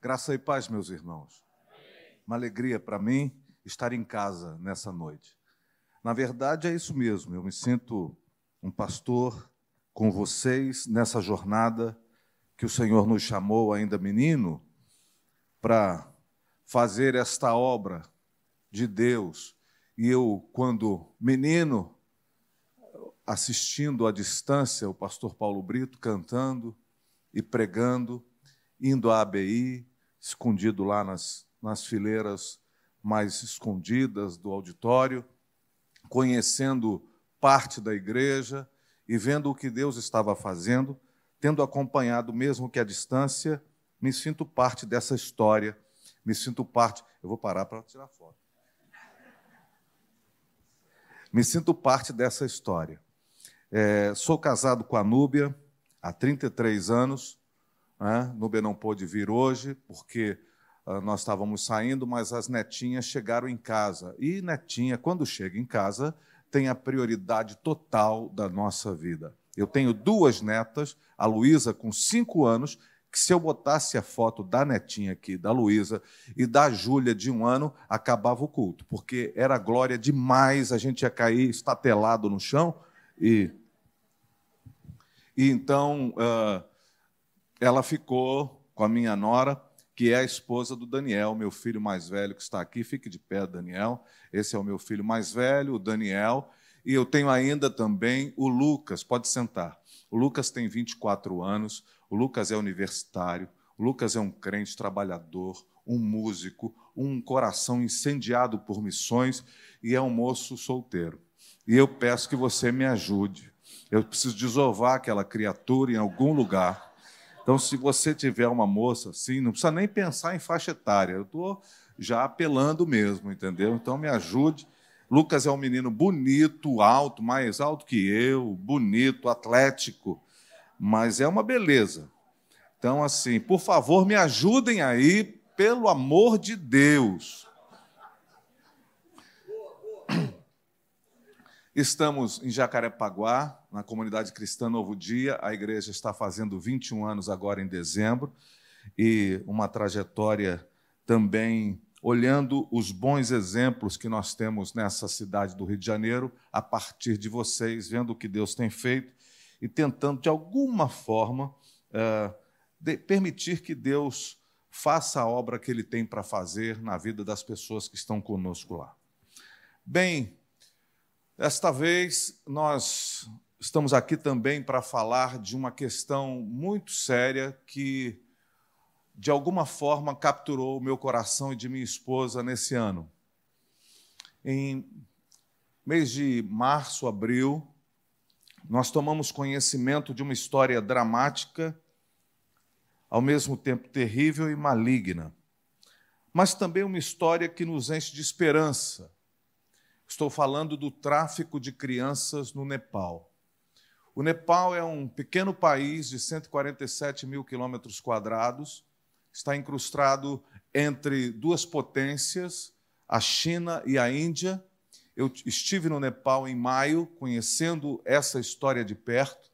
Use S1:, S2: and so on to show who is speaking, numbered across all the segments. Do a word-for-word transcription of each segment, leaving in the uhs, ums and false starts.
S1: Graça e paz, meus irmãos. Uma alegria para mim estar em casa nessa noite. Na verdade, é isso mesmo. Eu me sinto um pastor com vocês nessa jornada que o Senhor nos chamou ainda menino para fazer esta obra de Deus. E eu, quando menino, assistindo à distância o pastor Paulo Brito cantando e pregando, indo à A B I, escondido lá nas, nas fileiras mais escondidas do auditório, conhecendo parte da igreja e vendo o que Deus estava fazendo, tendo acompanhado, mesmo que à distância, me sinto parte dessa história, me sinto parte... Eu vou parar para tirar foto. Me sinto parte dessa história. É, sou casado com a Núbia há trinta e três anos. Né? Núbia não pôde vir hoje, porque uh, nós estávamos saindo, mas as netinhas chegaram em casa. E netinha, quando chega em casa, tem a prioridade total da nossa vida. Eu tenho duas netas, a Luísa, com cinco anos, que se eu botasse a foto da netinha aqui, da Luísa, e da Júlia, de um ano, acabava o culto, porque era glória demais, a gente ia cair estatelado no chão. E, e então, uh, ela ficou com a minha nora, que é a esposa do Daniel, meu filho mais velho, que está aqui. Fique de pé, Daniel. Esse é o meu filho mais velho, o Daniel. E eu tenho ainda também o Lucas, pode sentar. O Lucas tem vinte e quatro anos, o Lucas é universitário, o Lucas é um crente trabalhador, um músico, um coração incendiado por missões e é um moço solteiro. E eu peço que você me ajude. Eu preciso desovar aquela criatura em algum lugar. Então, se você tiver uma moça assim, não precisa nem pensar em faixa etária. Eu estou já apelando mesmo, entendeu? Então, me ajude. Lucas é um menino bonito, alto, mais alto que eu, bonito, atlético, mas é uma beleza. Então, assim, por favor, me ajudem aí, pelo amor de Deus. Estamos em Jacarepaguá, na comunidade cristã Novo Dia. A igreja está fazendo vinte e um anos agora em dezembro, e uma trajetória também olhando os bons exemplos que nós temos nessa cidade do Rio de Janeiro, a partir de vocês, vendo o que Deus tem feito e tentando, de alguma forma, é, de, permitir que Deus faça a obra que Ele tem para fazer na vida das pessoas que estão conosco lá. Bem, desta vez nós estamos aqui também para falar de uma questão muito séria que, de alguma forma, capturou o meu coração e de minha esposa nesse ano. Em mês de março, abril, nós tomamos conhecimento de uma história dramática, ao mesmo tempo terrível e maligna, mas também uma história que nos enche de esperança. Estou falando do tráfico de crianças no Nepal. O Nepal é um pequeno país de cento e quarenta e sete mil quilômetros quadrados, está incrustado entre duas potências, a China e a Índia. Eu estive no Nepal em maio, conhecendo essa história de perto,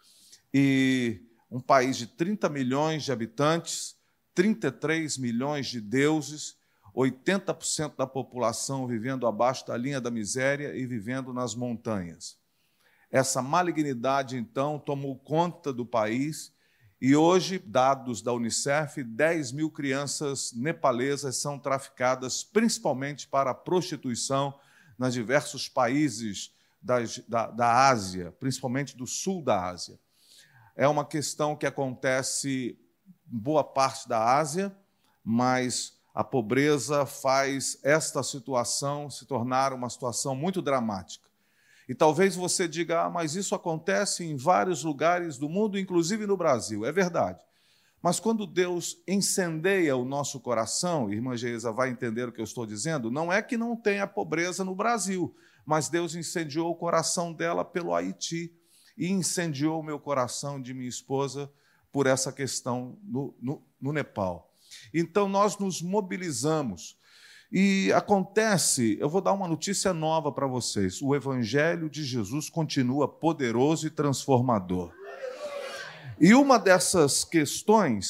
S1: e um país de trinta milhões de habitantes, trinta e três milhões de deuses, oitenta por cento da população vivendo abaixo da linha da miséria e vivendo nas montanhas. Essa malignidade, então, tomou conta do país. E hoje, dados da Unicef, dez mil crianças nepalesas são traficadas principalmente para a prostituição nos diversos países das, da, da Ásia, principalmente do sul da Ásia. É uma questão que acontece em boa parte da Ásia, mas a pobreza faz esta situação se tornar uma situação muito dramática. E talvez você diga, ah, mas isso acontece em vários lugares do mundo, inclusive no Brasil. É verdade. Mas quando Deus incendeia o nosso coração, irmã Geisa vai entender o que eu estou dizendo, não é que não tenha pobreza no Brasil, mas Deus incendiou o coração dela pelo Haiti e incendiou o meu coração de minha esposa por essa questão no, no, no Nepal. Então, nós nos mobilizamos. E acontece, eu vou dar uma notícia nova para vocês, o Evangelho de Jesus continua poderoso e transformador. E uma dessas questões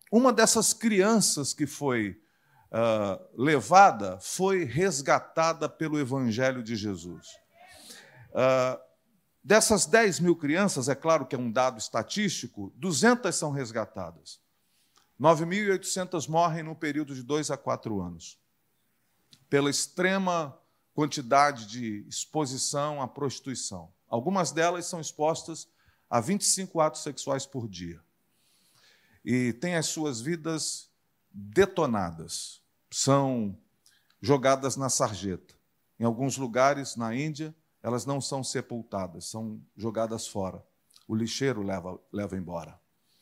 S1: uma dessas crianças que foi uh, levada foi resgatada pelo Evangelho de Jesus. Uh, dessas dez mil crianças, é claro que é um dado estatístico, duzentas são resgatadas. nove mil e oitocentas morrem no período de dois a quatro anos, pela extrema quantidade de exposição à prostituição. Algumas delas são expostas a vinte e cinco atos sexuais por dia. E têm as suas vidas detonadas, são jogadas na sarjeta. Em alguns lugares, na Índia, elas não são sepultadas, são jogadas fora. O lixeiro leva, leva embora.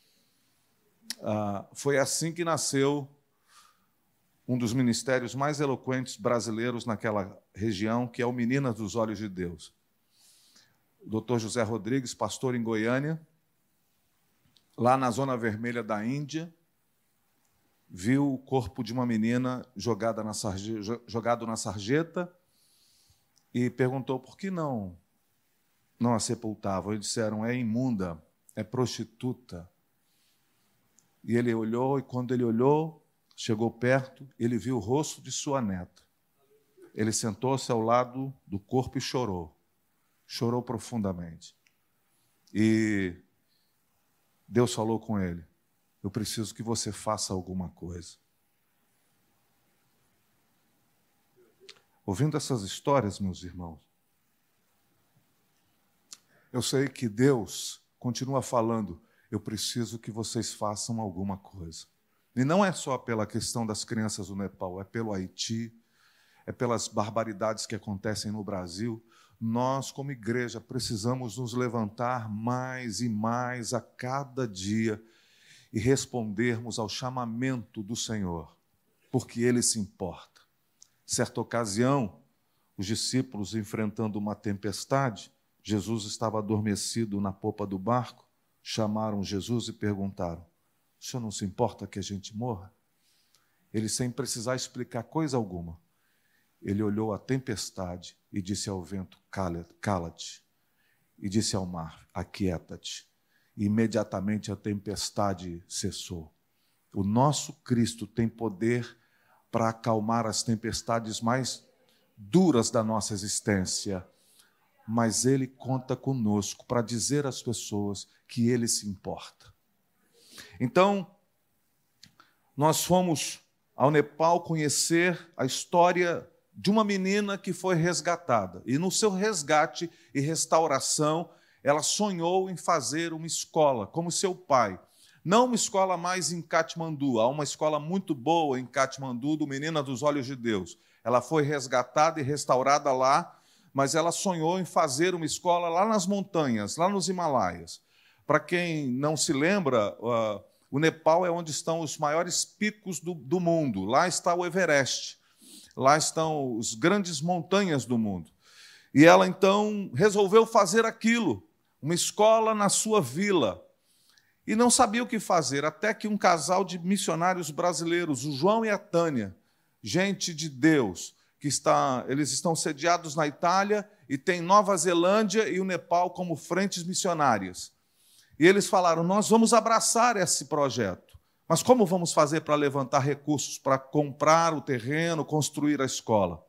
S1: Ah, foi assim que nasceu um dos ministérios mais eloquentes brasileiros naquela região, que é o Meninas dos Olhos de Deus. O doutor José Rodrigues, pastor em Goiânia, lá na zona vermelha da Índia, viu o corpo de uma menina jogada na sarjeta, jogado na sarjeta e perguntou por que não, não a sepultavam. Eles disseram, é imunda, é prostituta. E ele olhou, e quando ele olhou, chegou perto, ele viu o rosto de sua neta. Ele sentou-se ao lado do corpo e chorou. Chorou profundamente. E Deus falou com ele, eu preciso que você faça alguma coisa. Ouvindo essas histórias, meus irmãos, eu sei que Deus continua falando, eu preciso que vocês façam alguma coisa. E não é só pela questão das crianças do Nepal, é pelo Haiti, é pelas barbaridades que acontecem no Brasil. Nós, como igreja, precisamos nos levantar mais e mais a cada dia e respondermos ao chamamento do Senhor, porque Ele se importa. Certa ocasião, os discípulos enfrentando uma tempestade, Jesus estava adormecido na popa do barco, chamaram Jesus e perguntaram, o senhor não se importa que a gente morra? Ele, sem precisar explicar coisa alguma, ele olhou a tempestade e disse ao vento, cala-te, e disse ao mar, aquieta-te. E imediatamente a tempestade cessou. O nosso Cristo tem poder para acalmar as tempestades mais duras da nossa existência, mas Ele conta conosco para dizer às pessoas que Ele se importa. Então, nós fomos ao Nepal conhecer a história de uma menina que foi resgatada. E no seu resgate e restauração, ela sonhou em fazer uma escola, como seu pai. Não uma escola mais em Katmandu, há uma escola muito boa em Katmandu, do Menina dos Olhos de Deus. Ela foi resgatada e restaurada lá, mas ela sonhou em fazer uma escola lá nas montanhas, lá nos Himalaias. Para quem não se lembra, uh, o Nepal é onde estão os maiores picos do, do mundo. Lá está o Everest. Lá estão as grandes montanhas do mundo. E ela, então, resolveu fazer aquilo, uma escola na sua vila. E não sabia o que fazer, até que um casal de missionários brasileiros, o João e a Tânia, gente de Deus, que está, eles estão sediados na Itália e tem Nova Zelândia e o Nepal como frentes missionárias. E eles falaram, nós vamos abraçar esse projeto. Mas como vamos fazer para levantar recursos para comprar o terreno, construir a escola?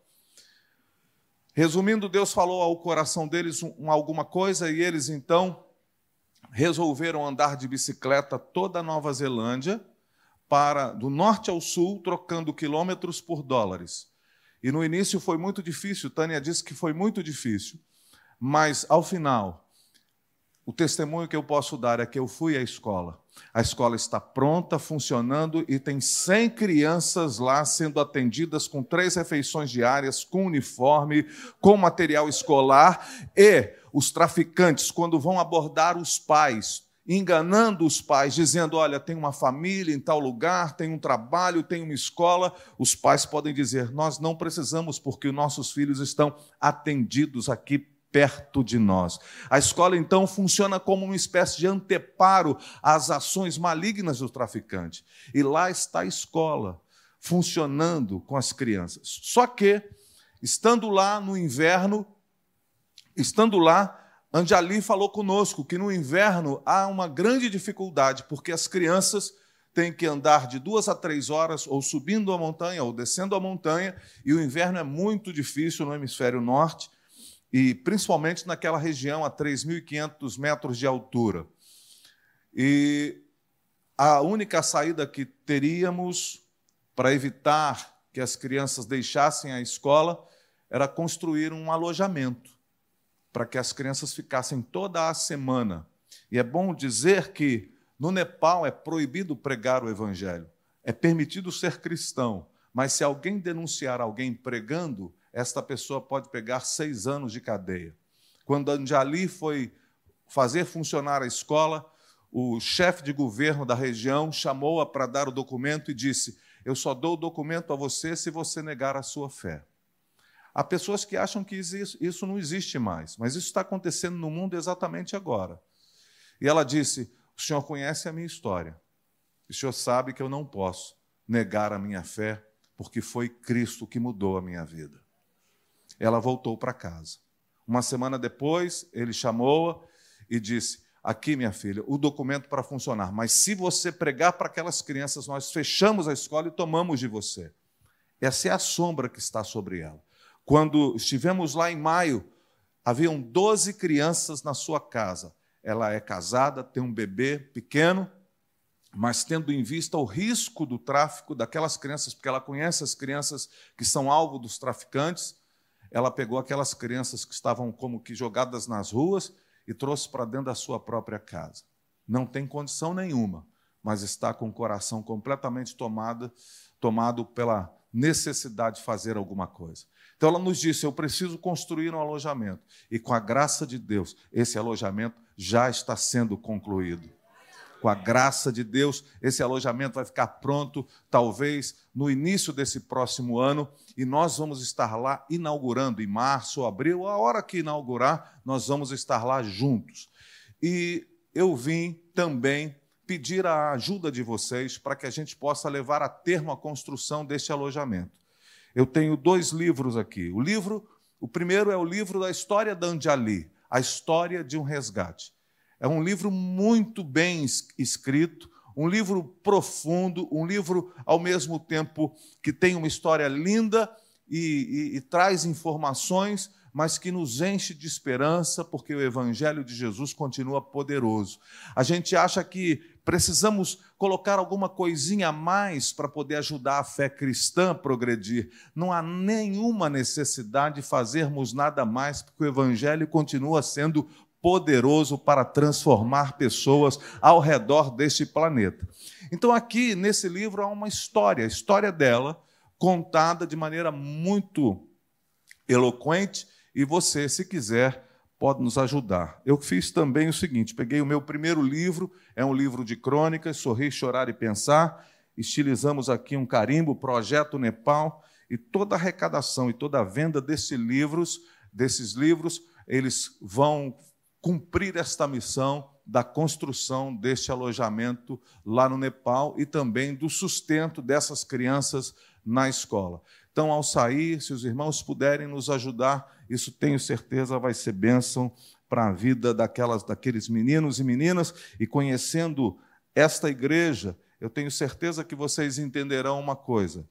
S1: Resumindo, Deus falou ao coração deles um, alguma coisa e eles, então, resolveram andar de bicicleta toda a Nova Zelândia, para, do norte ao sul, trocando quilômetros por dólares. E no início foi muito difícil, Tânia disse que foi muito difícil, mas, ao final, o testemunho que eu posso dar é que eu fui à escola. A escola está pronta, funcionando, e tem cem crianças lá sendo atendidas com três refeições diárias, com uniforme, com material escolar, e os traficantes, quando vão abordar os pais, enganando os pais, dizendo, olha, tem uma família em tal lugar, tem um trabalho, tem uma escola, os pais podem dizer, nós não precisamos porque nossos filhos estão atendidos aqui perto de nós. A escola, então, funciona como uma espécie de anteparo às ações malignas do traficante. E lá está a escola, funcionando com as crianças. Só que, estando lá no inverno, estando lá, Anjali falou conosco que no inverno há uma grande dificuldade, porque as crianças tem que andar de duas a três horas, ou subindo a montanha, ou descendo a montanha, e o inverno é muito difícil no hemisfério norte, e principalmente naquela região a três mil e quinhentos metros de altura. E a única saída que teríamos para evitar que as crianças deixassem a escola era construir um alojamento para que as crianças ficassem toda a semana. E é bom dizer que no Nepal é proibido pregar o evangelho, é permitido ser cristão, mas se alguém denunciar alguém pregando, esta pessoa pode pegar seis anos de cadeia. Quando Anjali foi fazer funcionar a escola, o chefe de governo da região chamou-a para dar o documento e disse: eu só dou o documento a você se você negar a sua fé. Há pessoas que acham que isso não existe mais, mas isso está acontecendo no mundo exatamente agora. E ela disse: o senhor conhece a minha história, o senhor sabe que eu não posso negar a minha fé, porque foi Cristo que mudou a minha vida. Ela voltou para casa. Uma semana depois, ele chamou-a e disse: aqui, minha filha, o documento para funcionar, mas se você pregar para aquelas crianças, nós fechamos a escola e tomamos de você. Essa é a sombra que está sobre ela. Quando estivemos lá em maio, haviam doze crianças na sua casa. Ela é casada, tem um bebê pequeno, mas tendo em vista o risco do tráfico daquelas crianças, porque ela conhece as crianças que são alvo dos traficantes, ela pegou aquelas crianças que estavam como que jogadas nas ruas e trouxe para dentro da sua própria casa. Não tem condição nenhuma, mas está com o coração completamente tomado, tomado pela necessidade de fazer alguma coisa. Então ela nos disse: eu preciso construir um alojamento. E com a graça de Deus, esse alojamento já está sendo concluído. Com a graça de Deus, esse alojamento vai ficar pronto, talvez, no início desse próximo ano, e nós vamos estar lá inaugurando, em março ou abril, a hora que inaugurar, nós vamos estar lá juntos. E eu vim também pedir a ajuda de vocês para que a gente possa levar a termo a construção deste alojamento. Eu tenho dois livros aqui. O livro, o primeiro é o livro da história da Anjali, a história de um resgate. É um livro muito bem escrito, um livro profundo, um livro, ao mesmo tempo, que tem uma história linda e, e, e traz informações, mas que nos enche de esperança, porque o Evangelho de Jesus continua poderoso. A gente acha que precisamos colocar alguma coisinha a mais para poder ajudar a fé cristã a progredir. Não há nenhuma necessidade de fazermos nada mais, porque o Evangelho continua sendo poderoso para transformar pessoas ao redor deste planeta. Então, aqui, nesse livro, há uma história, a história dela, contada de maneira muito eloquente, e você, se quiser, pode nos ajudar. Eu fiz também o seguinte: peguei o meu primeiro livro, é um livro de crônicas, Sorrir, Chorar e Pensar, estilizamos aqui um carimbo, Projeto Nepal, e toda a arrecadação e toda a venda desses livros, desses livros, eles vão cumprir esta missão da construção deste alojamento lá no Nepal e também do sustento dessas crianças na escola. Então, ao sair, se os irmãos puderem nos ajudar, isso tenho certeza vai ser bênção para a vida daquelas, daqueles meninos e meninas. E conhecendo esta igreja, eu tenho certeza que vocês entenderão uma coisa.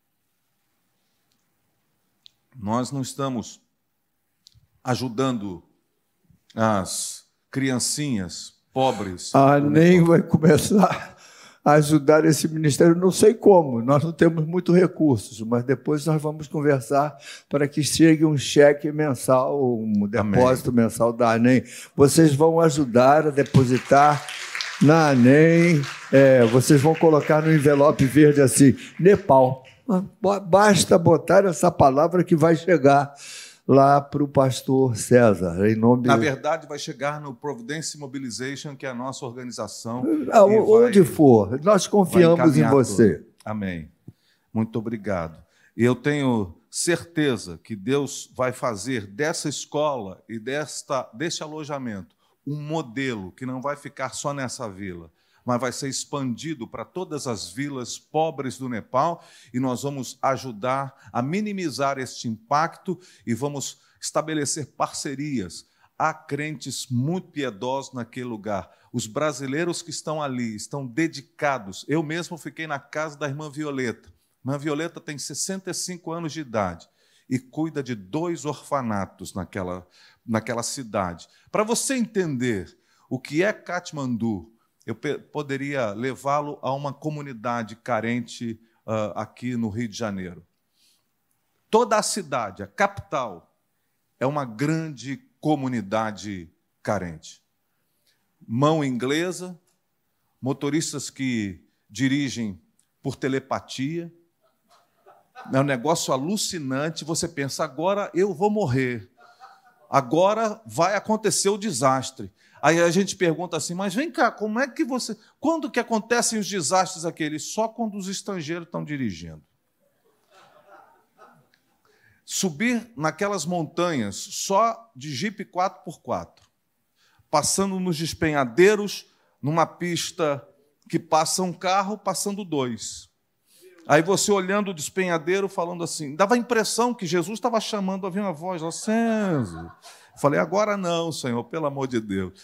S1: Nós não estamos ajudando as criancinhas pobres.
S2: A ANEM vai começar a ajudar esse ministério, não sei como, nós não temos muitos recursos, mas depois nós vamos conversar para que chegue um cheque mensal, um depósito Amém. mensal da ANEM. Vocês vão ajudar a depositar na ANEM, é, vocês vão colocar no envelope verde assim, Nepal. Basta botar essa palavra que vai chegar lá para o pastor César, em nome...
S1: Na verdade, vai chegar no Providence Mobilization, que é a nossa organização.
S2: Ah, onde vai, for, nós confiamos em você.
S1: Tudo. Amém. Muito obrigado. E eu tenho certeza que Deus vai fazer dessa escola e desta, deste alojamento um modelo que não vai ficar só nessa vila, mas vai ser expandido para todas as vilas pobres do Nepal, e nós vamos ajudar a minimizar este impacto e vamos estabelecer parcerias. Há crentes muito piedosos naquele lugar. Os brasileiros que estão ali estão dedicados. Eu mesmo fiquei na casa da irmã Violeta. A irmã Violeta tem sessenta e cinco anos de idade e cuida de dois orfanatos naquela, naquela cidade. Para você entender o que é Katmandu, eu poderia levá-lo a uma comunidade carente uh, aqui no Rio de Janeiro. Toda a cidade, a capital, é uma grande comunidade carente. Mão inglesa, motoristas que dirigem por telepatia. É um negócio alucinante. Você pensa, agora eu vou morrer. Agora vai acontecer o desastre. Aí a gente pergunta assim, mas vem cá, como é que você... Quando que acontecem os desastres aqueles? Só quando os estrangeiros estão dirigindo. Subir naquelas montanhas só de Jeep quatro por quatro, passando nos despenhadeiros, numa pista que passa um carro, passando dois. Aí você olhando o despenhadeiro, falando assim, dava a impressão que Jesus estava chamando, havia uma voz lá, Senzo. Falei, agora não, Senhor, pelo amor de Deus.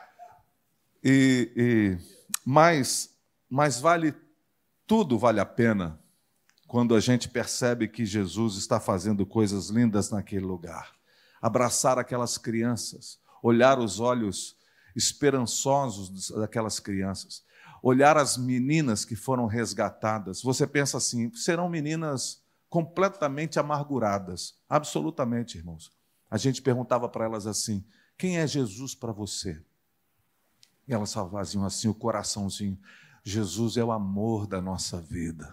S1: E, e, mas, mas vale, tudo vale a pena quando a gente percebe que Jesus está fazendo coisas lindas naquele lugar. Abraçar aquelas crianças, olhar os olhos esperançosos daquelas crianças, olhar as meninas que foram resgatadas. Você pensa assim, serão meninas completamente amarguradas. Absolutamente, irmãos. A gente perguntava para elas assim, quem é Jesus para você? E elas faziam assim, o coraçãozinho, Jesus é o amor da nossa vida.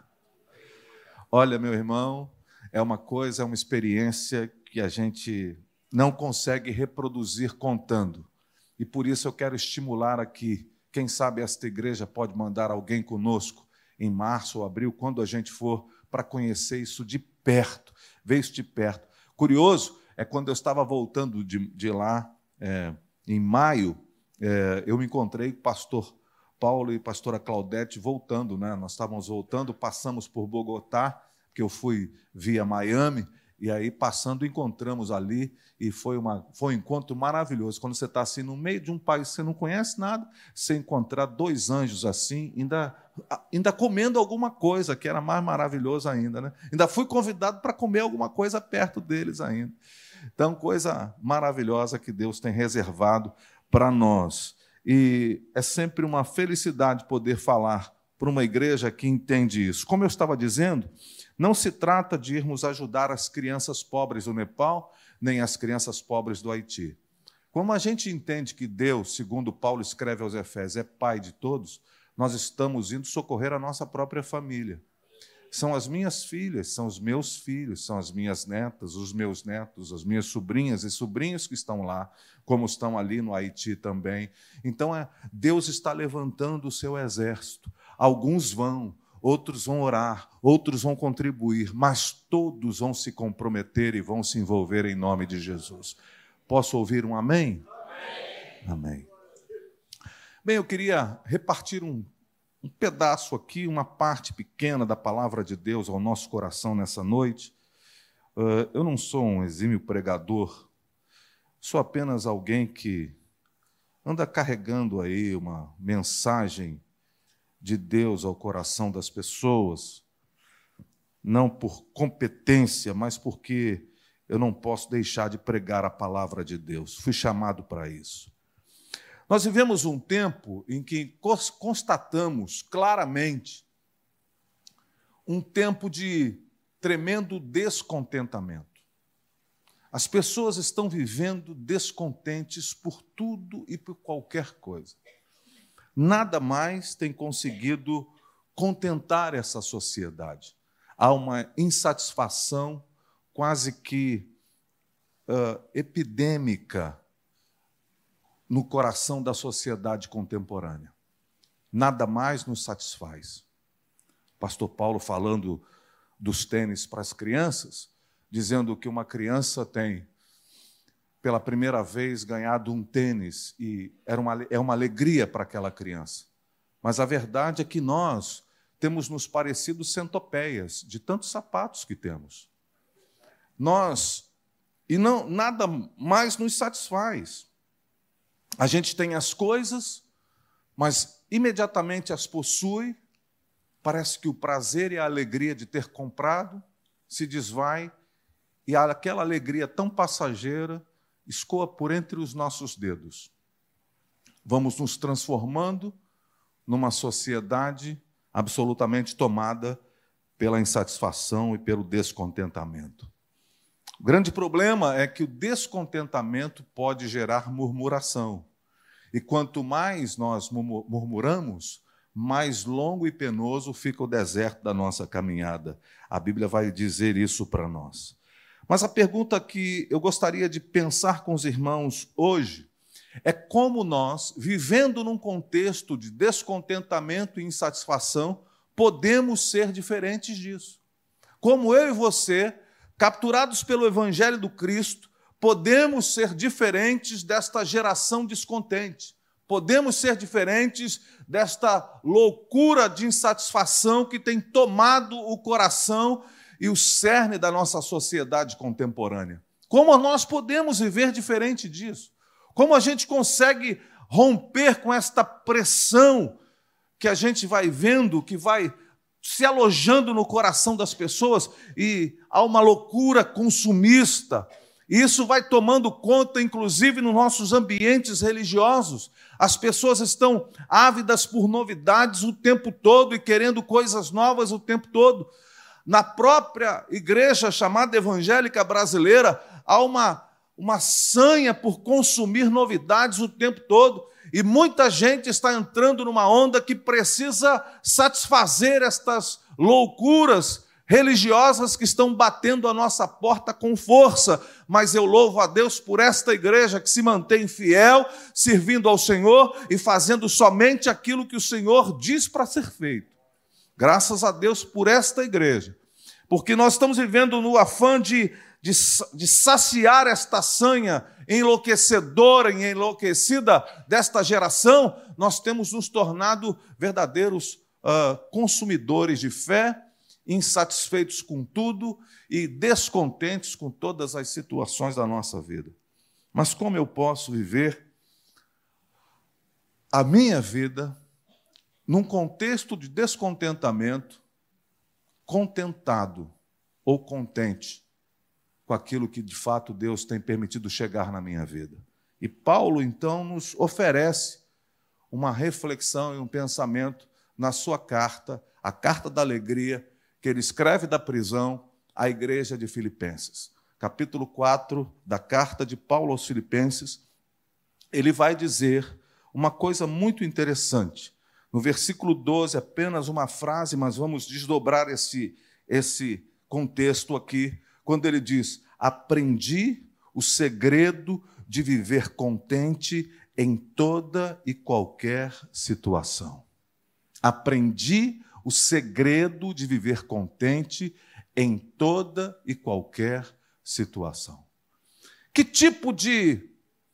S1: Olha, meu irmão, é uma coisa, é uma experiência que a gente não consegue reproduzir contando. E por isso eu quero estimular aqui, quem sabe esta igreja pode mandar alguém conosco em março ou abril, quando a gente for, para conhecer isso de perto, ver isso de perto. Curioso é quando eu estava voltando de, de lá, é, em maio, é, eu me encontrei com o pastor Paulo e a pastora Claudete voltando, né? Nós estávamos voltando, passamos por Bogotá, que eu fui via Miami, e aí passando encontramos ali, e foi, uma, foi um encontro maravilhoso. Quando você está assim no meio de um país que você não conhece nada, você encontrar dois anjos assim, ainda, ainda comendo alguma coisa, que era mais maravilhoso ainda, né? Ainda fui convidado para comer alguma coisa perto deles ainda. Então, coisa maravilhosa que Deus tem reservado para nós. E é sempre uma felicidade poder falar para uma igreja que entende isso. Como eu estava dizendo, não se trata de irmos ajudar as crianças pobres do Nepal, nem as crianças pobres do Haiti. Como a gente entende que Deus, segundo Paulo escreve aos Efésios, é Pai de todos, nós estamos indo socorrer a nossa própria família. São as minhas filhas, são os meus filhos, são as minhas netas, os meus netos, as minhas sobrinhas e sobrinhos que estão lá, como estão ali no Haiti também. Então, é, Deus está levantando o seu exército. Alguns vão, outros vão orar, outros vão contribuir, mas todos vão se comprometer e vão se envolver em nome de Jesus. Posso ouvir um amém? Amém. Amém. Bem, eu queria repartir um Um pedaço aqui, uma parte pequena da palavra de Deus ao nosso coração nessa noite. Eu não sou um exímio pregador, sou apenas alguém que anda carregando aí uma mensagem de Deus ao coração das pessoas, não por competência, mas porque eu não posso deixar de pregar a palavra de Deus. Fui chamado para isso. Nós vivemos um tempo em que constatamos claramente um tempo de tremendo descontentamento. As pessoas estão vivendo descontentes por tudo e por qualquer coisa. Nada mais tem conseguido contentar essa sociedade. Há uma insatisfação quase que uh, epidêmica no coração da sociedade contemporânea. Nada mais nos satisfaz. Pastor Paulo falando dos tênis para as crianças, dizendo que uma criança tem, pela primeira vez, ganhado um tênis, e era uma, é uma alegria para aquela criança. Mas a verdade é que nós temos nos parecido centopeias, de tantos sapatos que temos. Nós, e não, nada mais nos satisfaz. A gente tem as coisas, mas imediatamente as possui. Parece que o prazer e a alegria de ter comprado se desvai, e aquela alegria tão passageira escoa por entre os nossos dedos. Vamos nos transformando numa sociedade absolutamente tomada pela insatisfação e pelo descontentamento. O grande problema é que o descontentamento pode gerar murmuração. E quanto mais nós murmuramos, mais longo e penoso fica o deserto da nossa caminhada. A Bíblia vai dizer isso para nós. Mas a pergunta que eu gostaria de pensar com os irmãos hoje é como nós, vivendo num contexto de descontentamento e insatisfação, podemos ser diferentes disso. Como eu e você, capturados pelo Evangelho do Cristo, podemos ser diferentes desta geração descontente. Podemos ser diferentes desta loucura de insatisfação que tem tomado o coração e o cerne da nossa sociedade contemporânea. Como nós podemos viver diferente disso? Como a gente consegue romper com esta pressão que a gente vai vendo, que vai se alojando no coração das pessoas, e há uma loucura consumista. E isso vai tomando conta, inclusive, nos nossos ambientes religiosos. As pessoas estão ávidas por novidades o tempo todo e querendo coisas novas o tempo todo. Na própria igreja chamada evangélica brasileira, há uma, uma sanha por consumir novidades o tempo todo. E muita gente está entrando numa onda que precisa satisfazer estas loucuras religiosas que estão batendo a nossa porta com força, mas eu louvo a Deus por esta igreja que se mantém fiel, servindo ao Senhor e fazendo somente aquilo que o Senhor diz para ser feito. Graças a Deus por esta igreja, porque nós estamos vivendo no afã de, de, de saciar esta sanha enlouquecedora e enlouquecida desta geração. Nós temos nos tornado verdadeiros uh, consumidores de fé, insatisfeitos com tudo e descontentes com todas as situações da nossa vida. Mas como eu posso viver a minha vida num contexto de descontentamento, contentado ou contente com aquilo que de fato Deus tem permitido chegar na minha vida? E Paulo, então, nos oferece uma reflexão e um pensamento na sua carta, a carta da alegria, que ele escreve da prisão à igreja de Filipenses. Capítulo quatro da carta de Paulo aos Filipenses, ele vai dizer uma coisa muito interessante. No versículo doze, apenas uma frase, mas vamos desdobrar esse, esse contexto aqui, quando ele diz: aprendi o segredo de viver contente em toda e qualquer situação. Aprendi o segredo de viver contente em toda e qualquer situação. Que tipo de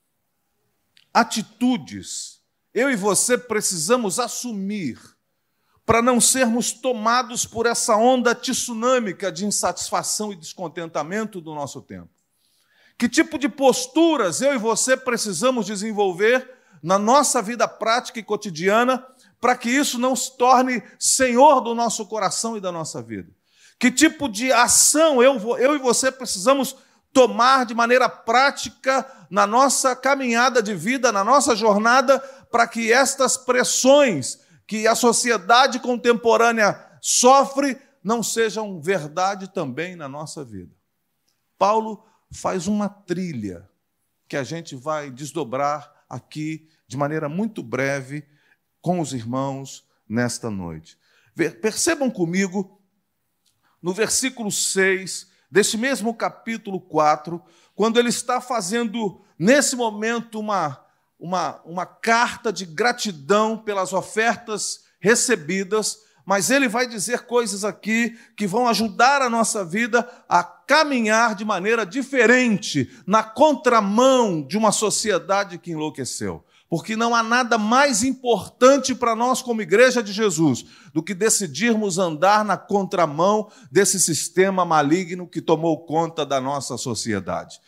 S1: atitudes eu e você precisamos assumir para não sermos tomados por essa onda tsunâmica de insatisfação e descontentamento do nosso tempo? Que tipo de posturas eu e você precisamos desenvolver na nossa vida prática e cotidiana para que isso não se torne senhor do nosso coração e da nossa vida? Que tipo de ação eu, eu e você precisamos tomar de maneira prática na nossa caminhada de vida, na nossa jornada, para que estas pressões que a sociedade contemporânea sofre não sejam verdade também na nossa vida? Paulo faz uma trilha que a gente vai desdobrar aqui de maneira muito breve com os irmãos nesta noite. Percebam comigo, no versículo seis, deste mesmo capítulo quatro, quando ele está fazendo, nesse momento, uma, uma, uma carta de gratidão pelas ofertas recebidas, mas ele vai dizer coisas aqui que vão ajudar a nossa vida a caminhar de maneira diferente, na contramão de uma sociedade que enlouqueceu. Porque não há nada mais importante para nós como igreja de Jesus do que decidirmos andar na contramão desse sistema maligno que tomou conta da nossa sociedade.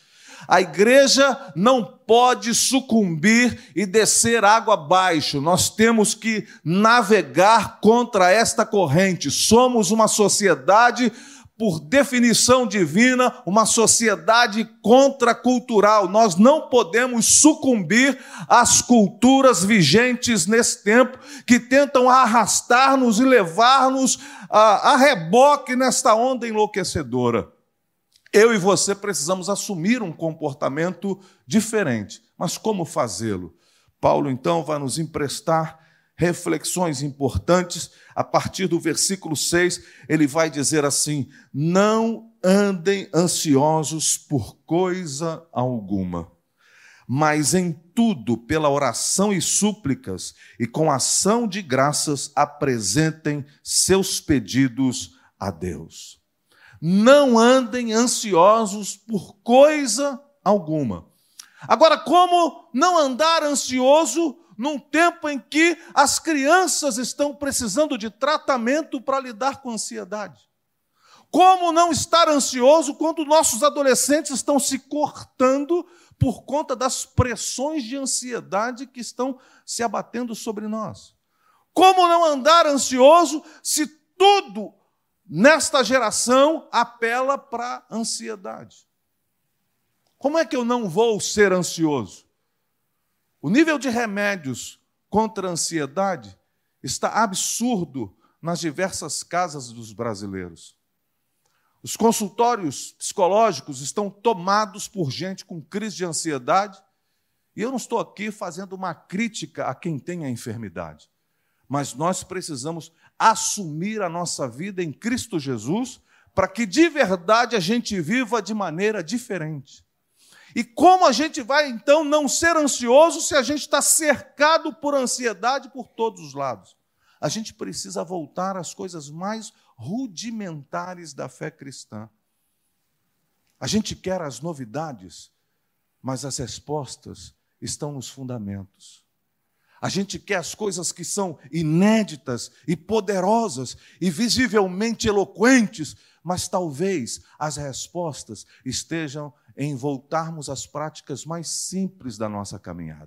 S1: A igreja não pode sucumbir e descer água abaixo. Nós temos que navegar contra esta corrente. Somos uma sociedade, por definição divina, uma sociedade contracultural. Nós não podemos sucumbir às culturas vigentes nesse tempo, que tentam arrastar-nos e levar-nos a, a reboque nesta onda enlouquecedora. Eu e você precisamos assumir um comportamento diferente. Mas como fazê-lo? Paulo, então, vai nos emprestar reflexões importantes. A partir do versículo seis, ele vai dizer assim: não andem ansiosos por coisa alguma, mas em tudo, pela oração e súplicas, e com ação de graças, apresentem seus pedidos a Deus. Não andem ansiosos por coisa alguma. Agora, como não andar ansioso num tempo em que as crianças estão precisando de tratamento para lidar com a ansiedade? Como não estar ansioso quando nossos adolescentes estão se cortando por conta das pressões de ansiedade que estão se abatendo sobre nós? Como não andar ansioso se tudo nesta geração apela para a ansiedade? Como é que eu não vou ser ansioso? O nível de remédios contra a ansiedade está absurdo nas diversas casas dos brasileiros. Os consultórios psicológicos estão tomados por gente com crise de ansiedade, e eu não estou aqui fazendo uma crítica a quem tem a enfermidade, mas nós precisamos assumir a nossa vida em Cristo Jesus para que de verdade a gente viva de maneira diferente. E como a gente vai, então, não ser ansioso se a gente está cercado por ansiedade por todos os lados? A gente precisa voltar às coisas mais rudimentares da fé cristã. A gente quer as novidades, mas as respostas estão nos fundamentos. A gente quer as coisas que são inéditas e poderosas e visivelmente eloquentes, mas talvez as respostas estejam em voltarmos às práticas mais simples da nossa caminhada.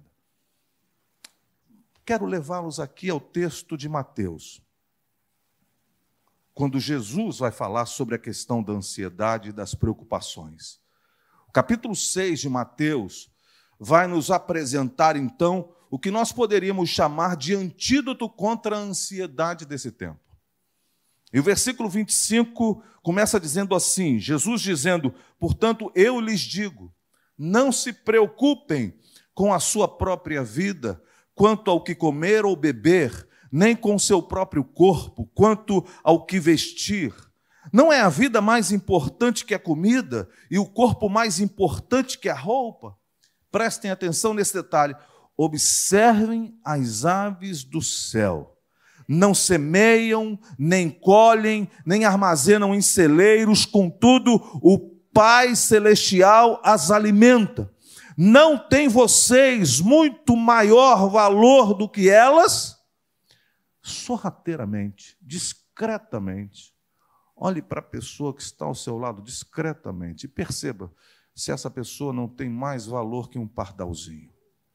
S1: Quero levá-los aqui ao texto de Mateus, quando Jesus vai falar sobre a questão da ansiedade e das preocupações. O capítulo seis de Mateus vai nos apresentar, então, o que nós poderíamos chamar de antídoto contra a ansiedade desse tempo. E o versículo vinte e cinco começa dizendo assim, Jesus dizendo: portanto, eu lhes digo, não se preocupem com a sua própria vida, quanto ao que comer ou beber, nem com o seu próprio corpo, quanto ao que vestir. Não é a vida mais importante que a comida e o corpo mais importante que a roupa? Prestem atenção nesse detalhe. Observem as aves do céu. Não semeiam, nem colhem, nem armazenam em celeiros, contudo, o Pai Celestial as alimenta. Não tem vocês muito maior valor do que elas? Sorrateiramente, discretamente, olhe para a pessoa que está ao seu lado discretamente e perceba se essa pessoa não tem mais valor que um pardalzinho.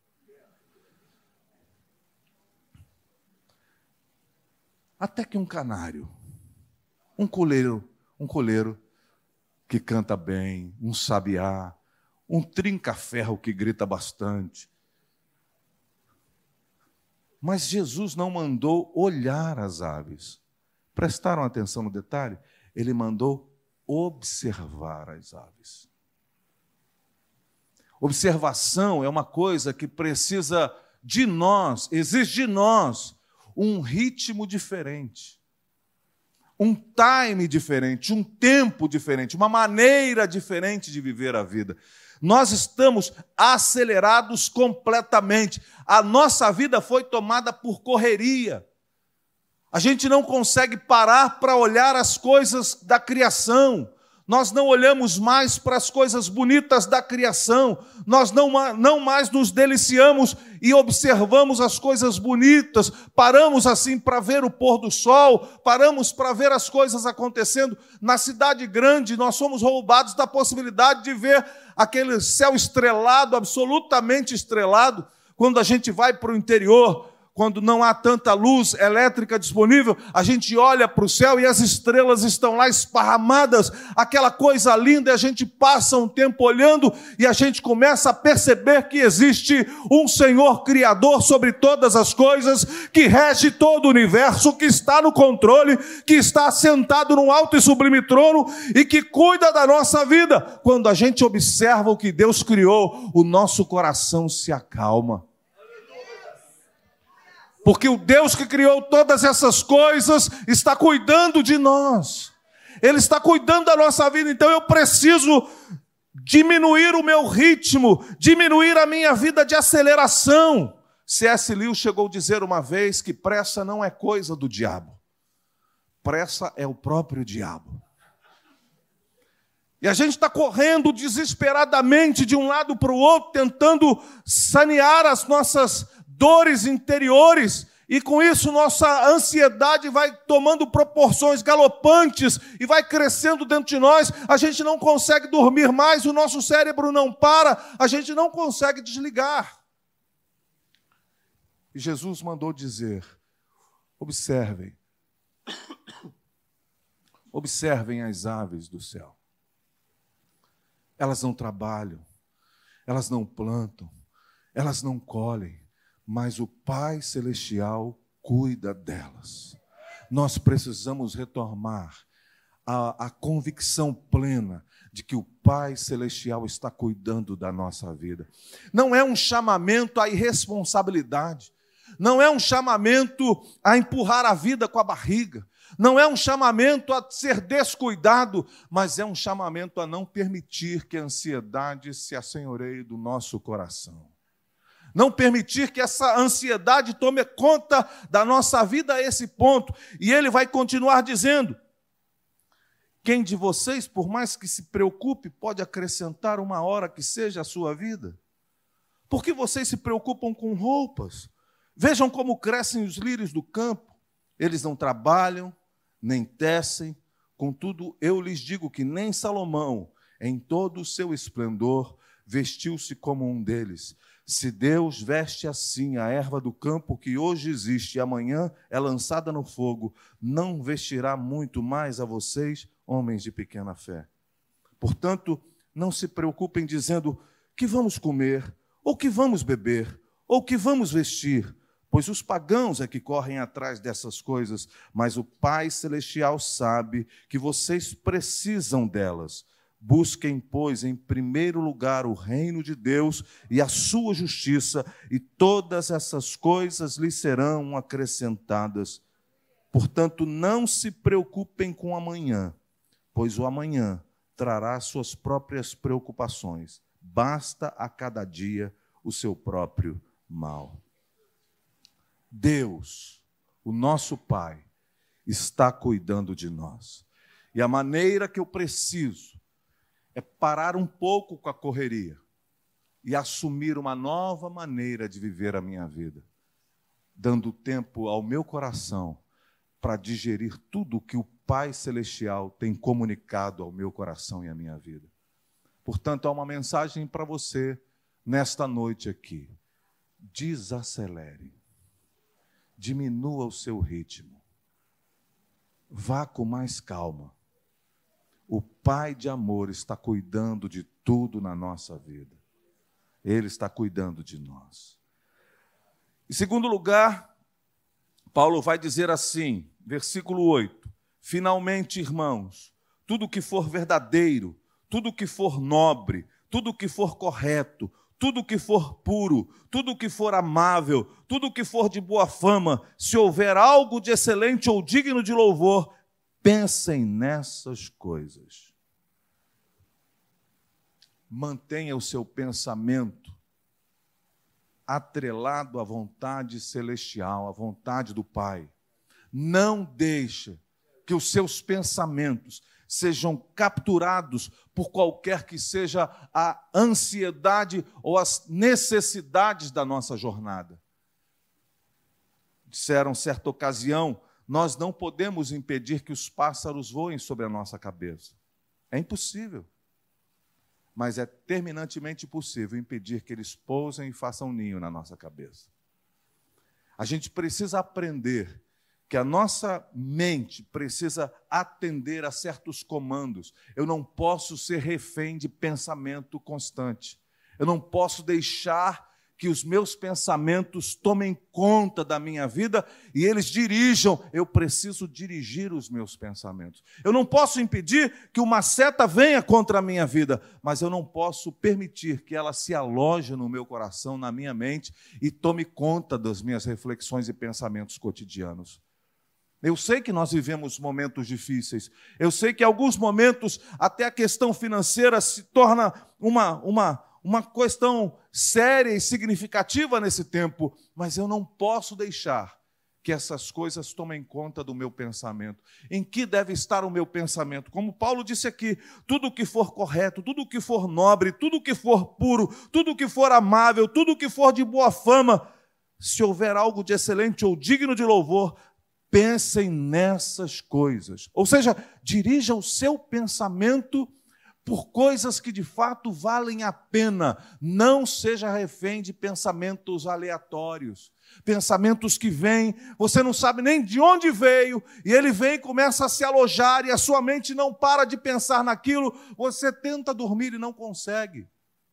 S1: Até que um canário, um coleiro, um coleiro que canta bem, um sabiá, um trinca-ferro que grita bastante. Mas Jesus não mandou olhar as aves. Prestaram atenção no detalhe? Ele mandou observar as aves. Observação é uma coisa que precisa de nós, exige de nós um ritmo diferente, um time diferente, um tempo diferente, uma maneira diferente de viver a vida. Nós estamos acelerados completamente. A nossa vida foi tomada por correria. A gente não consegue parar para olhar as coisas da criação. Nós não olhamos mais para as coisas bonitas da criação, nós não, não mais nos deliciamos e observamos as coisas bonitas, paramos assim para ver o pôr do sol, paramos para ver as coisas acontecendo. Na cidade grande, nós somos roubados da possibilidade de ver aquele céu estrelado, absolutamente estrelado. Quando a gente vai para o interior, quando não há tanta luz elétrica disponível, a gente olha para o céu e as estrelas estão lá esparramadas, aquela coisa linda, e a gente passa um tempo olhando e a gente começa a perceber que existe um Senhor Criador sobre todas as coisas, que rege todo o universo, que está no controle, que está sentado num alto e sublime trono e que cuida da nossa vida. Quando a gente observa o que Deus criou, o nosso coração se acalma. Porque o Deus que criou todas essas coisas está cuidando de nós. Ele está cuidando da nossa vida. Então eu preciso diminuir o meu ritmo, diminuir a minha vida de aceleração. C S Lewis chegou a dizer uma vez que pressa não é coisa do diabo. Pressa é o próprio diabo. E a gente está correndo desesperadamente de um lado para o outro, tentando sanear as nossas dores interiores, e com isso nossa ansiedade vai tomando proporções galopantes e vai crescendo dentro de nós. A gente não consegue dormir mais, o nosso cérebro não para, a gente não consegue desligar. E Jesus mandou dizer: observem, observem as aves do céu. Elas não trabalham, elas não plantam, elas não colhem, mas o Pai Celestial cuida delas. Nós precisamos retomar a, a convicção plena de que o Pai Celestial está cuidando da nossa vida. Não é um chamamento à irresponsabilidade, não é um chamamento a empurrar a vida com a barriga, não é um chamamento a ser descuidado, mas é um chamamento a não permitir que a ansiedade se assenhoreie do nosso coração. Não permitir que essa ansiedade tome conta da nossa vida a esse ponto. E ele vai continuar dizendo: quem de vocês, por mais que se preocupe, pode acrescentar uma hora que seja a sua vida? Por que vocês se preocupam com roupas? Vejam como crescem os lírios do campo. Eles não trabalham, nem tecem. Contudo, eu lhes digo que nem Salomão, em todo o seu esplendor, vestiu-se como um deles. Se Deus veste assim a erva do campo que hoje existe e amanhã é lançada no fogo, não vestirá muito mais a vocês, homens de pequena fé. Portanto, não se preocupem dizendo: que vamos comer, ou que vamos beber, ou que vamos vestir, pois os pagãos é que correm atrás dessas coisas, mas o Pai Celestial sabe que vocês precisam delas. Busquem, pois, em primeiro lugar o reino de Deus e a sua justiça, e todas essas coisas lhes serão acrescentadas. Portanto, não se preocupem com o amanhã, pois o amanhã trará suas próprias preocupações. Basta a cada dia o seu próprio mal. Deus, o nosso Pai, está cuidando de nós. E a maneira que eu preciso é parar um pouco com a correria e assumir uma nova maneira de viver a minha vida, dando tempo ao meu coração para digerir tudo o que o Pai Celestial tem comunicado ao meu coração e à minha vida. Portanto, há uma mensagem para você nesta noite aqui. Desacelere, diminua o seu ritmo, vá com mais calma. O Pai de amor está cuidando de tudo na nossa vida. Ele está cuidando de nós. Em segundo lugar, Paulo vai dizer assim, versículo oito: finalmente, irmãos, tudo que for verdadeiro, tudo que for nobre, tudo que for correto, tudo que for puro, tudo que for amável, tudo que for de boa fama, se houver algo de excelente ou digno de louvor, pensem nessas coisas. Mantenha o seu pensamento atrelado à vontade celestial, à vontade do Pai. Não deixe que os seus pensamentos sejam capturados por qualquer que seja a ansiedade ou as necessidades da nossa jornada. Disseram, certa ocasião, nós não podemos impedir que os pássaros voem sobre a nossa cabeça. É impossível. Mas é terminantemente possível impedir que eles pousem e façam ninho na nossa cabeça. A gente precisa aprender que a nossa mente precisa atender a certos comandos. Eu não posso ser refém de pensamento constante. Eu não posso deixar que os meus pensamentos tomem conta da minha vida e eles dirijam. Eu preciso dirigir os meus pensamentos. Eu não posso impedir que uma seta venha contra a minha vida, mas eu não posso permitir que ela se aloje no meu coração, na minha mente e tome conta das minhas reflexões e pensamentos cotidianos. Eu sei que nós vivemos momentos difíceis. Eu sei que em alguns momentos até a questão financeira se torna uma, uma, uma questão séria e significativa nesse tempo, mas eu não posso deixar que essas coisas tomem conta do meu pensamento. Em que deve estar o meu pensamento? Como Paulo disse aqui, tudo que for correto, tudo que for nobre, tudo que for puro, tudo que for amável, tudo que for de boa fama, se houver algo de excelente ou digno de louvor, pensem nessas coisas. Ou seja, dirija o seu pensamento por coisas que de fato valem a pena. Não seja refém de pensamentos aleatórios. Pensamentos que vêm, você não sabe nem de onde veio, e ele vem e começa a se alojar, e a sua mente não para de pensar naquilo, você tenta dormir e não consegue.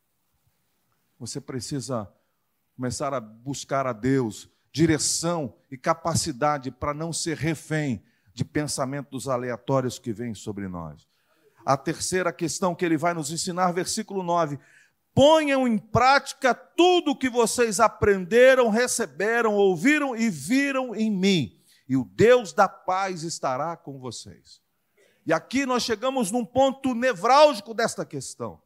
S1: Você precisa começar a buscar a Deus direção e capacidade para não ser refém de pensamentos aleatórios que vêm sobre nós. A terceira questão que ele vai nos ensinar, versículo nove. Ponham em prática tudo o que vocês aprenderam, receberam, ouviram e viram em mim, e o Deus da paz estará com vocês. E aqui nós chegamos num ponto nevrálgico desta questão.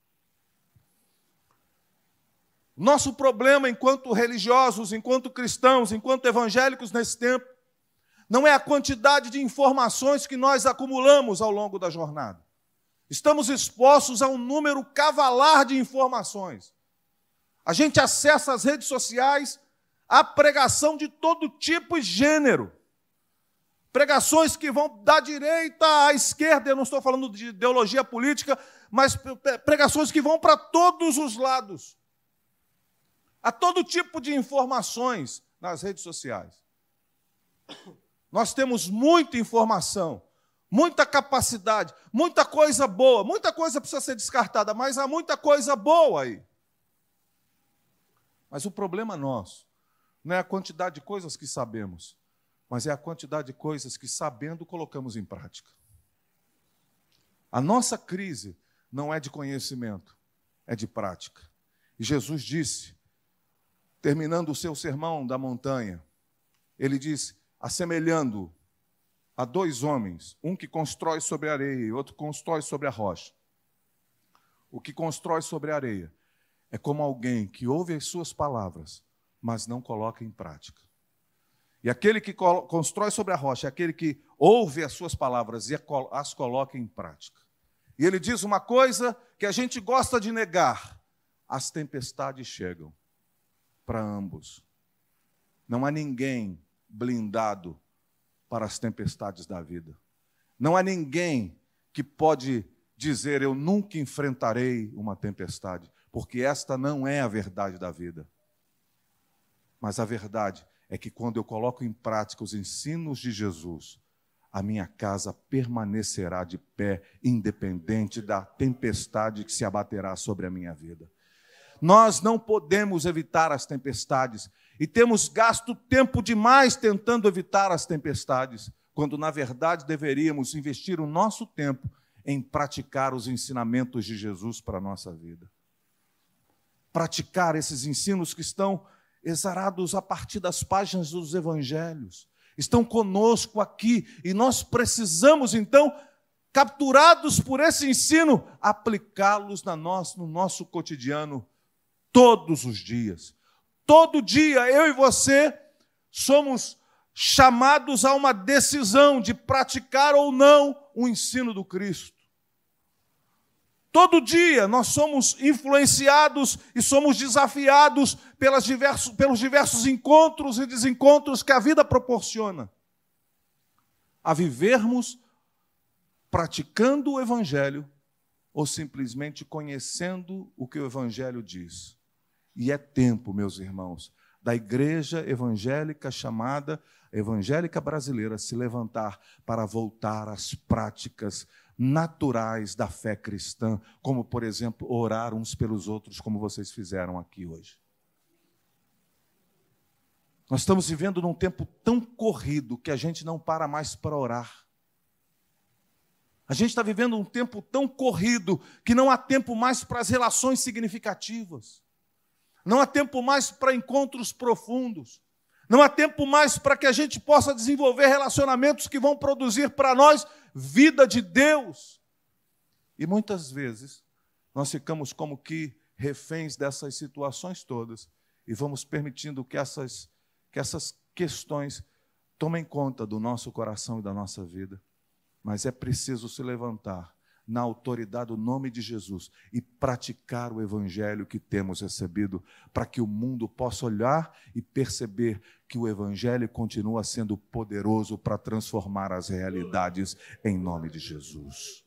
S1: Nosso problema enquanto religiosos, enquanto cristãos, enquanto evangélicos nesse tempo, não é a quantidade de informações que nós acumulamos ao longo da jornada. Estamos expostos a um número cavalar de informações. A gente acessa as redes sociais, a pregação de todo tipo e gênero. Pregações que vão da direita à esquerda, eu não estou falando de ideologia política, mas pregações que vão para todos os lados. Há todo tipo de informações nas redes sociais. Nós temos muita informação, muita capacidade, muita coisa boa, muita coisa precisa ser descartada, mas há muita coisa boa aí. Mas o problema nosso não é a quantidade de coisas que sabemos, mas é a quantidade de coisas que, sabendo, colocamos em prática. A nossa crise não é de conhecimento, é de prática. E Jesus disse, terminando o seu sermão da montanha, ele diz, assemelhando a dois homens, um que constrói sobre a areia e outro constrói sobre a rocha. O que constrói sobre a areia é como alguém que ouve as suas palavras, mas não coloca em prática. E aquele que constrói sobre a rocha é aquele que ouve as suas palavras e as coloca em prática. E ele diz uma coisa que a gente gosta de negar, as tempestades chegam para ambos. Não há ninguém blindado para as tempestades da vida. Não há ninguém que pode dizer, eu nunca enfrentarei uma tempestade, porque esta não é a verdade da vida. Mas a verdade é que quando eu coloco em prática os ensinos de Jesus, a minha casa permanecerá de pé, independente da tempestade que se abaterá sobre a minha vida. Nós não podemos evitar as tempestades e temos gasto tempo demais tentando evitar as tempestades, quando, na verdade, deveríamos investir o nosso tempo em praticar os ensinamentos de Jesus para a nossa vida. Praticar esses ensinos que estão exarados a partir das páginas dos evangelhos, estão conosco aqui e nós precisamos, então, capturados por esse ensino, aplicá-los na nosso, no nosso cotidiano todos os dias. Todo dia, eu e você somos chamados a uma decisão de praticar ou não o ensino do Cristo. Todo dia nós somos influenciados e somos desafiados pelas diversos, pelos diversos encontros e desencontros que a vida proporciona a vivermos praticando o Evangelho ou simplesmente conhecendo o que o Evangelho diz. E é tempo, meus irmãos, da igreja evangélica chamada evangélica brasileira se levantar para voltar às práticas naturais da fé cristã, como, por exemplo, orar uns pelos outros, como vocês fizeram aqui hoje. Nós estamos vivendo num tempo tão corrido que a gente não para mais para orar. A gente está vivendo um tempo tão corrido que não há tempo mais para as relações significativas. Não há tempo mais para encontros profundos. Não há tempo mais para que a gente possa desenvolver relacionamentos que vão produzir para nós vida de Deus. E muitas vezes nós ficamos como que reféns dessas situações todas e vamos permitindo que essas, que essas questões tomem conta do nosso coração e da nossa vida. Mas é preciso se levantar na autoridade do nome de Jesus e praticar o Evangelho que temos recebido, para que o mundo possa olhar e perceber que o Evangelho continua sendo poderoso para transformar as realidades em nome de Jesus.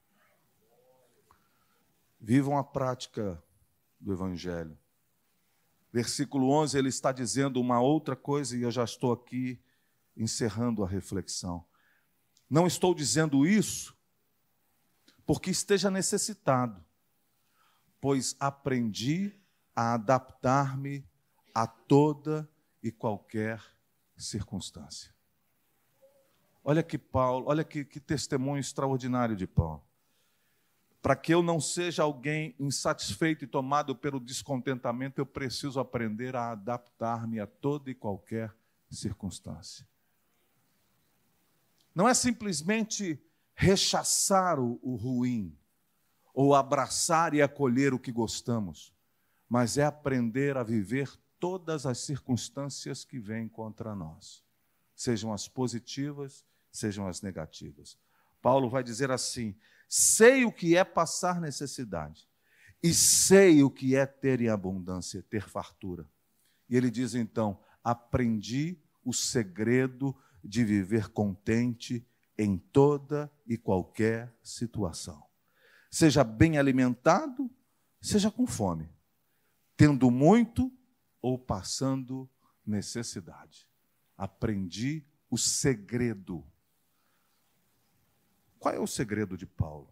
S1: Vivam a prática do Evangelho. Versículo onze, ele está dizendo uma outra coisa e eu já estou aqui encerrando a reflexão. Não estou dizendo isso porque esteja necessitado, pois aprendi a adaptar-me a toda e qualquer circunstância. Olha que Paulo, olha que, que testemunho extraordinário de Paulo. Para que eu não seja alguém insatisfeito e tomado pelo descontentamento, eu preciso aprender a adaptar-me a toda e qualquer circunstância. Não é simplesmente rechaçar o, o ruim, ou abraçar e acolher o que gostamos, mas é aprender a viver todas as circunstâncias que vêm contra nós, sejam as positivas, sejam as negativas. Paulo vai dizer assim: sei o que é passar necessidade, e sei o que é ter em abundância, ter fartura. E ele diz então: aprendi o segredo de viver contente em toda e qualquer situação. Seja bem alimentado, seja com fome, tendo muito ou passando necessidade. Aprendi o segredo. Qual é o segredo de Paulo?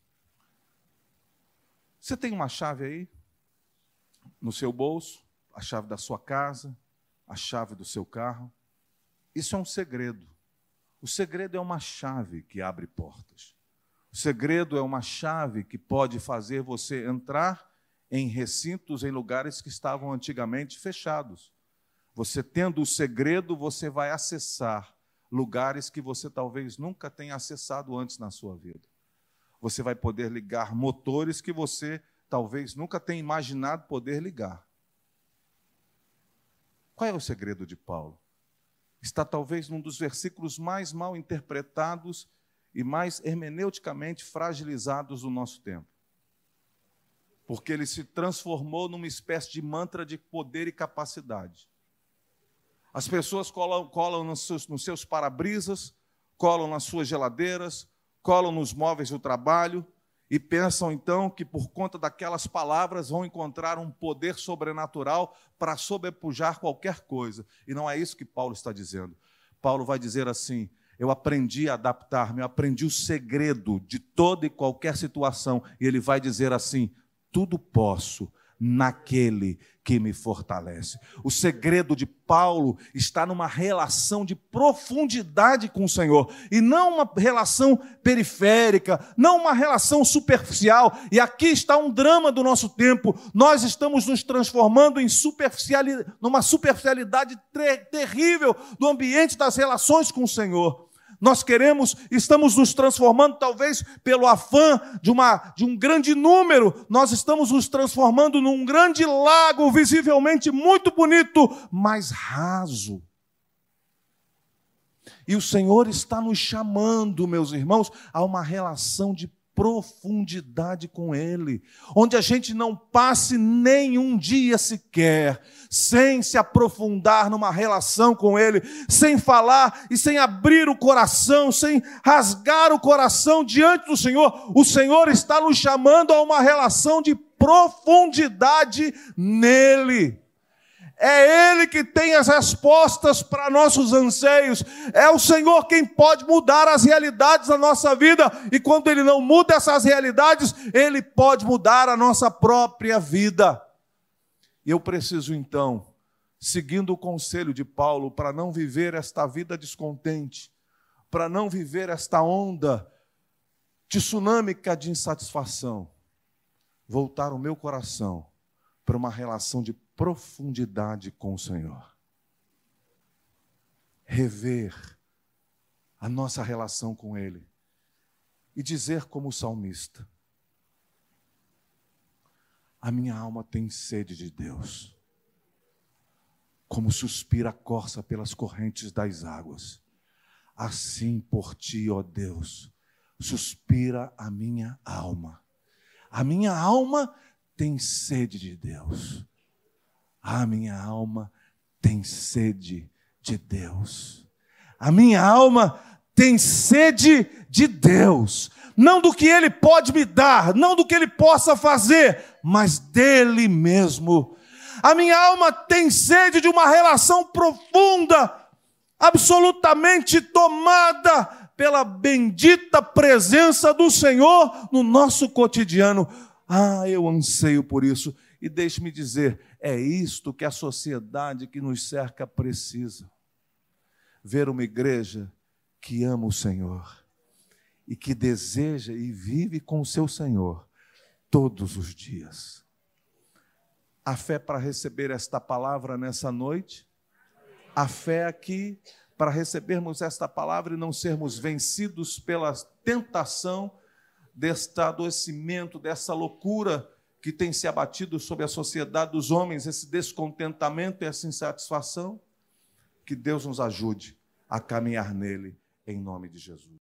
S1: Você tem uma chave aí, no seu bolso, a chave da sua casa, a chave do seu carro. Isso é um segredo. O segredo é uma chave que abre portas. O segredo é uma chave que pode fazer você entrar em recintos, em lugares que estavam antigamente fechados. Você tendo o segredo, você vai acessar lugares que você talvez nunca tenha acessado antes na sua vida. Você vai poder ligar motores que você talvez nunca tenha imaginado poder ligar. Qual é o segredo de Paulo? Está talvez num dos versículos mais mal interpretados e mais hermeneuticamente fragilizados do nosso tempo. Porque ele se transformou numa espécie de mantra de poder e capacidade. As pessoas colam, colam nos seus, nos seus para-brisas, colam nas suas geladeiras, colam nos móveis do trabalho e pensam então que por conta daquelas palavras vão encontrar um poder sobrenatural para sobrepujar qualquer coisa. E não é isso que Paulo está dizendo. Paulo vai dizer assim: eu aprendi a adaptar-me, eu aprendi o segredo de toda e qualquer situação. E ele vai dizer assim: tudo posso naquele que me fortalece. O segredo de Paulo está numa relação de profundidade com o Senhor, e não uma relação periférica, não uma relação superficial. E aqui está um drama do nosso tempo. Nós estamos nos transformando em superficialidade, numa superficialidade ter- terrível do ambiente das relações com o Senhor. Nós queremos, estamos nos transformando, talvez pelo afã de, uma, de um grande número, nós estamos nos transformando num grande lago, visivelmente muito bonito, mas raso. E o Senhor está nos chamando, meus irmãos, a uma relação de profundidade com Ele, onde a gente não passe nenhum dia sequer sem se aprofundar numa relação com Ele, sem falar e sem abrir o coração, sem rasgar o coração diante do Senhor. O Senhor está nos chamando a uma relação de profundidade nele. É Ele que tem as respostas para nossos anseios. É o Senhor quem pode mudar as realidades da nossa vida. E quando Ele não muda essas realidades, Ele pode mudar a nossa própria vida. E eu preciso então, seguindo o conselho de Paulo, para não viver esta vida descontente, para não viver esta onda tsunâmica de insatisfação, voltar o meu coração para uma relação de profundidade com o Senhor. Rever a nossa relação com Ele e dizer como o salmista: a minha alma tem sede de Deus, como suspira a corça pelas correntes das águas. Assim por ti, ó Deus, suspira a minha alma. A minha alma tem sede de Deus. A minha alma tem sede de Deus. A minha alma tem sede de Deus. Não do que Ele pode me dar, não do que Ele possa fazer, mas dEle mesmo. A minha alma tem sede de uma relação profunda, absolutamente tomada pela bendita presença do Senhor no nosso cotidiano. Ah, eu anseio por isso. E deixe-me dizer, é isto que a sociedade que nos cerca precisa. Ver uma igreja que ama o Senhor e que deseja e vive com o seu Senhor todos os dias. A fé para receber esta palavra nessa noite, a fé aqui para recebermos esta palavra e não sermos vencidos pela tentação deste adoecimento, dessa loucura que tem se abatido sobre a sociedade dos homens, esse descontentamento e essa insatisfação. Que Deus nos ajude a caminhar nele, em nome de Jesus.